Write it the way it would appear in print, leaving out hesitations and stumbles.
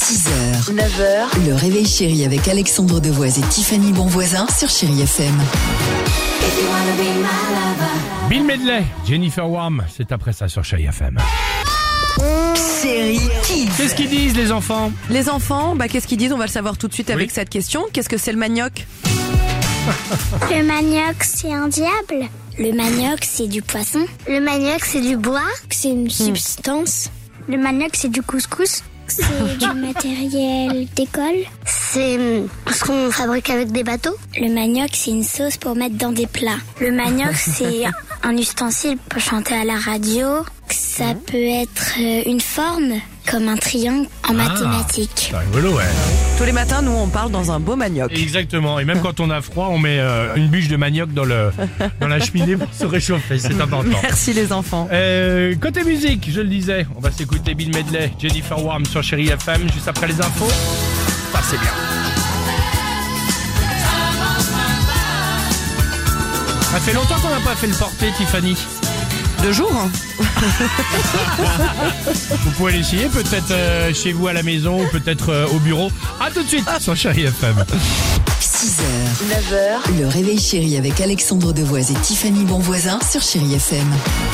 6h, 9h, le réveil chéri avec Alexandre Devoise et Tiffany Bonvoisin sur Chéri FM. Bill Medley, Jennifer Warm, c'est après ça sur Chéri FM. Chéri Kids. Qu'est-ce qu'ils disent les enfants? Les enfants, qu'est-ce qu'ils disent? On va le savoir tout de suite avec cette question. Qu'est-ce que c'est le manioc? Le manioc, c'est un diable. Le manioc, c'est du poisson. Le manioc, c'est du bois. C'est une substance. Le manioc, c'est du couscous. C'est du matériel d'école. C'est ce qu'on fabrique avec des bateaux. Le manioc, c'est une sauce pour mettre dans des plats. Le manioc, c'est un ustensile pour chanter à la radio. Ça peut être une forme, comme un triangle en mathématiques. C'est rigolo, ouais. Tous les matins, nous, on parle dans un beau manioc. Exactement. Et même quand on a froid, on met une bûche de manioc dans la cheminée pour se réchauffer. C'est important. Merci les enfants. Côté musique, je le disais, on va s'écouter Bill Medley, Jennifer Warm sur Chéri FM, juste après les infos. Ça, c'est bien. Ça fait longtemps qu'on n'a pas fait le porté, Tiffany. 2 jours, hein. Vous pouvez l'essayer peut-être chez vous à la maison ou peut-être au bureau. À tout de suite sur Chéri FM. 6h, 9h, le réveil chéri avec Alexandre Devoise et Tiffany Bonvoisin sur Chéri FM.